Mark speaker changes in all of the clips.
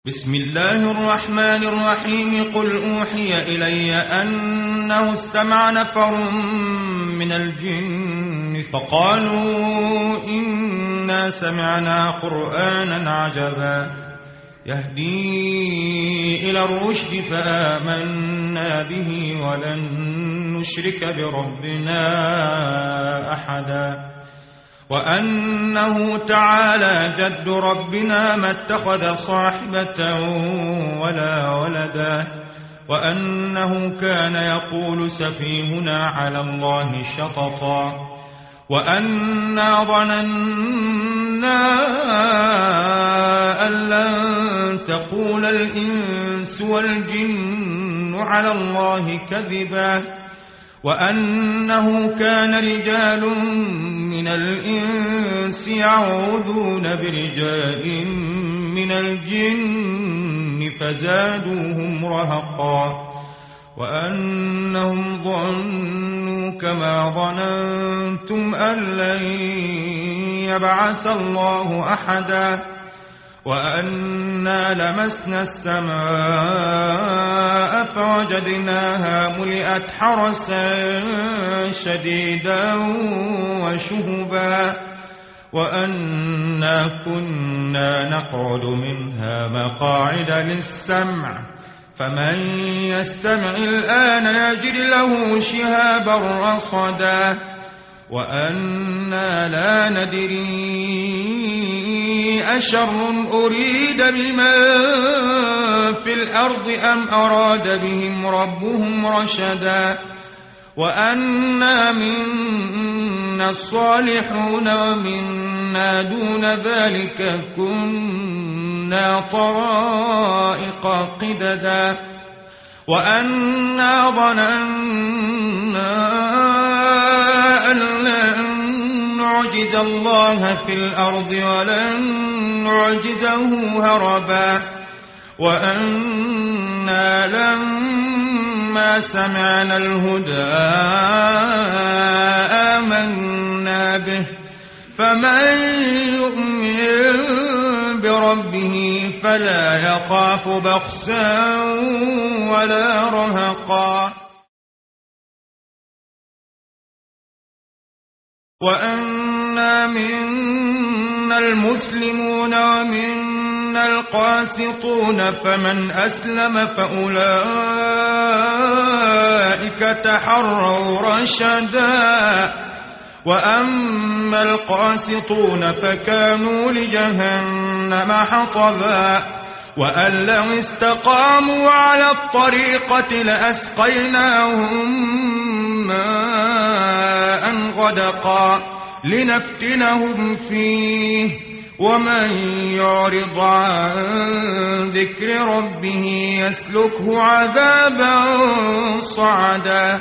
Speaker 1: بسم الله الرحمن الرحيم قل أوحي إلي أنه استمع نفر من الجن فقالوا إنا سمعنا قرآنا عجبا يهدي إلى الرشد فآمنا به ولن نشرك بربنا أحدا وأنه تعالى جد ربنا ما اتخذ صاحبة ولا ولدا وأنه كان يقول سفيهنا على الله شططا وأنا ظننا أن لن تقول الإنس والجن على الله كذبا وأنه كان رجال من الإنس يعوذون برجال من الجن فزادوهم رهقا وأنهم ظنوا كما ظننتم أن لن يبعث الله أحدا وأنا لمسنا السماء فوجدناها ملئت حرسا شديدا وشهبا وأنا كنا نقعد منها مقاعد للسمع فمن يستمع الآن يجد له شهابا رصدا وأنا لا ندري أشر أريد بمن في الأرض أم أراد بهم ربهم رشدا وأنا منا الصالحون ومنا دون ذلك كنا طرائق قددا وأنا ظننا أن لن نعجز الله في الأرض ولن نعجزه هربا وأنا لما سمعنا الهدى آمنا به فمن يؤمن بربه فلا يخاف بخسا ولا رهقا وأنا منا المسلمون ومنا القاسطون فمن أسلم فأولئك تحروا رشدا وأما القاسطون فكانوا لجهنم حطبا وأن لو استقاموا على الطريقة لأسقيناهم ماء غدقا لنفتنهم فيه ومن يعرض عن ذكر ربه يسلكه عذابا صعدا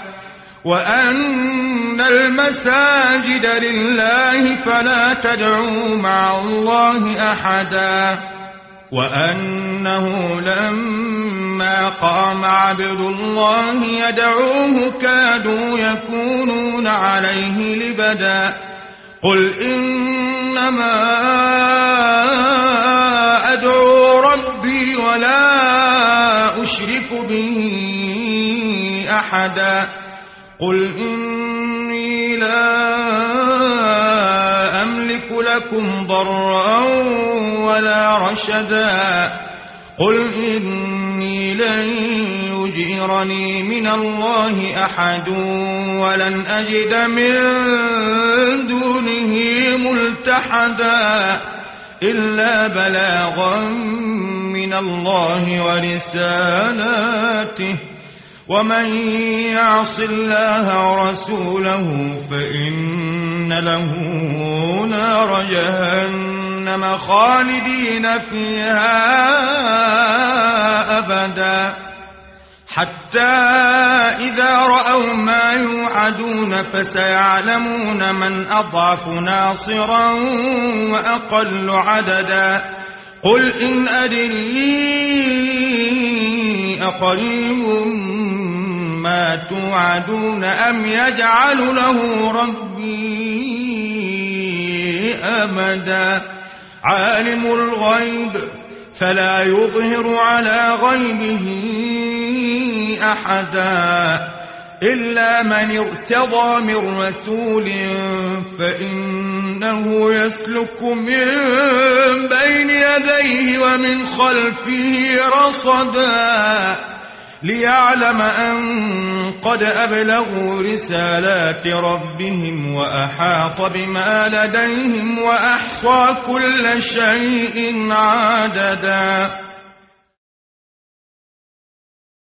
Speaker 1: وأن المساجد لله فلا تدعوا مع الله أحدا وأنه لما قام عبد الله يدعوه كادوا يكونون عليه لبدا قل إنما أدعو ربي ولا أشرك به أحدا قل إني لا أملك لكم ضرا ولا رشدا قل إني لن يجيرني من الله أحد ولن أجد من دونه ملتحدا إلا بلاغا من الله ورسالاته ومن يعص الله ورسوله فإن له نار جهنم خالدين فيها أبدا حتى إذا رأوا ما يوعدون فسيعلمون من أضعف ناصرا وأقل عددا قل إن أدري أقريب ما توعدون أم يجعل له ربي أمدا عالم الغيب فلا يظهر على غيبه أحدا إلا من ارتضى من رسول فإنه يسلك من بين يديه ومن خلفه رصدا ليعلم أن قد أبلغوا رسالات ربهم وأحاط بما لديهم وأحصى كل شيء عددا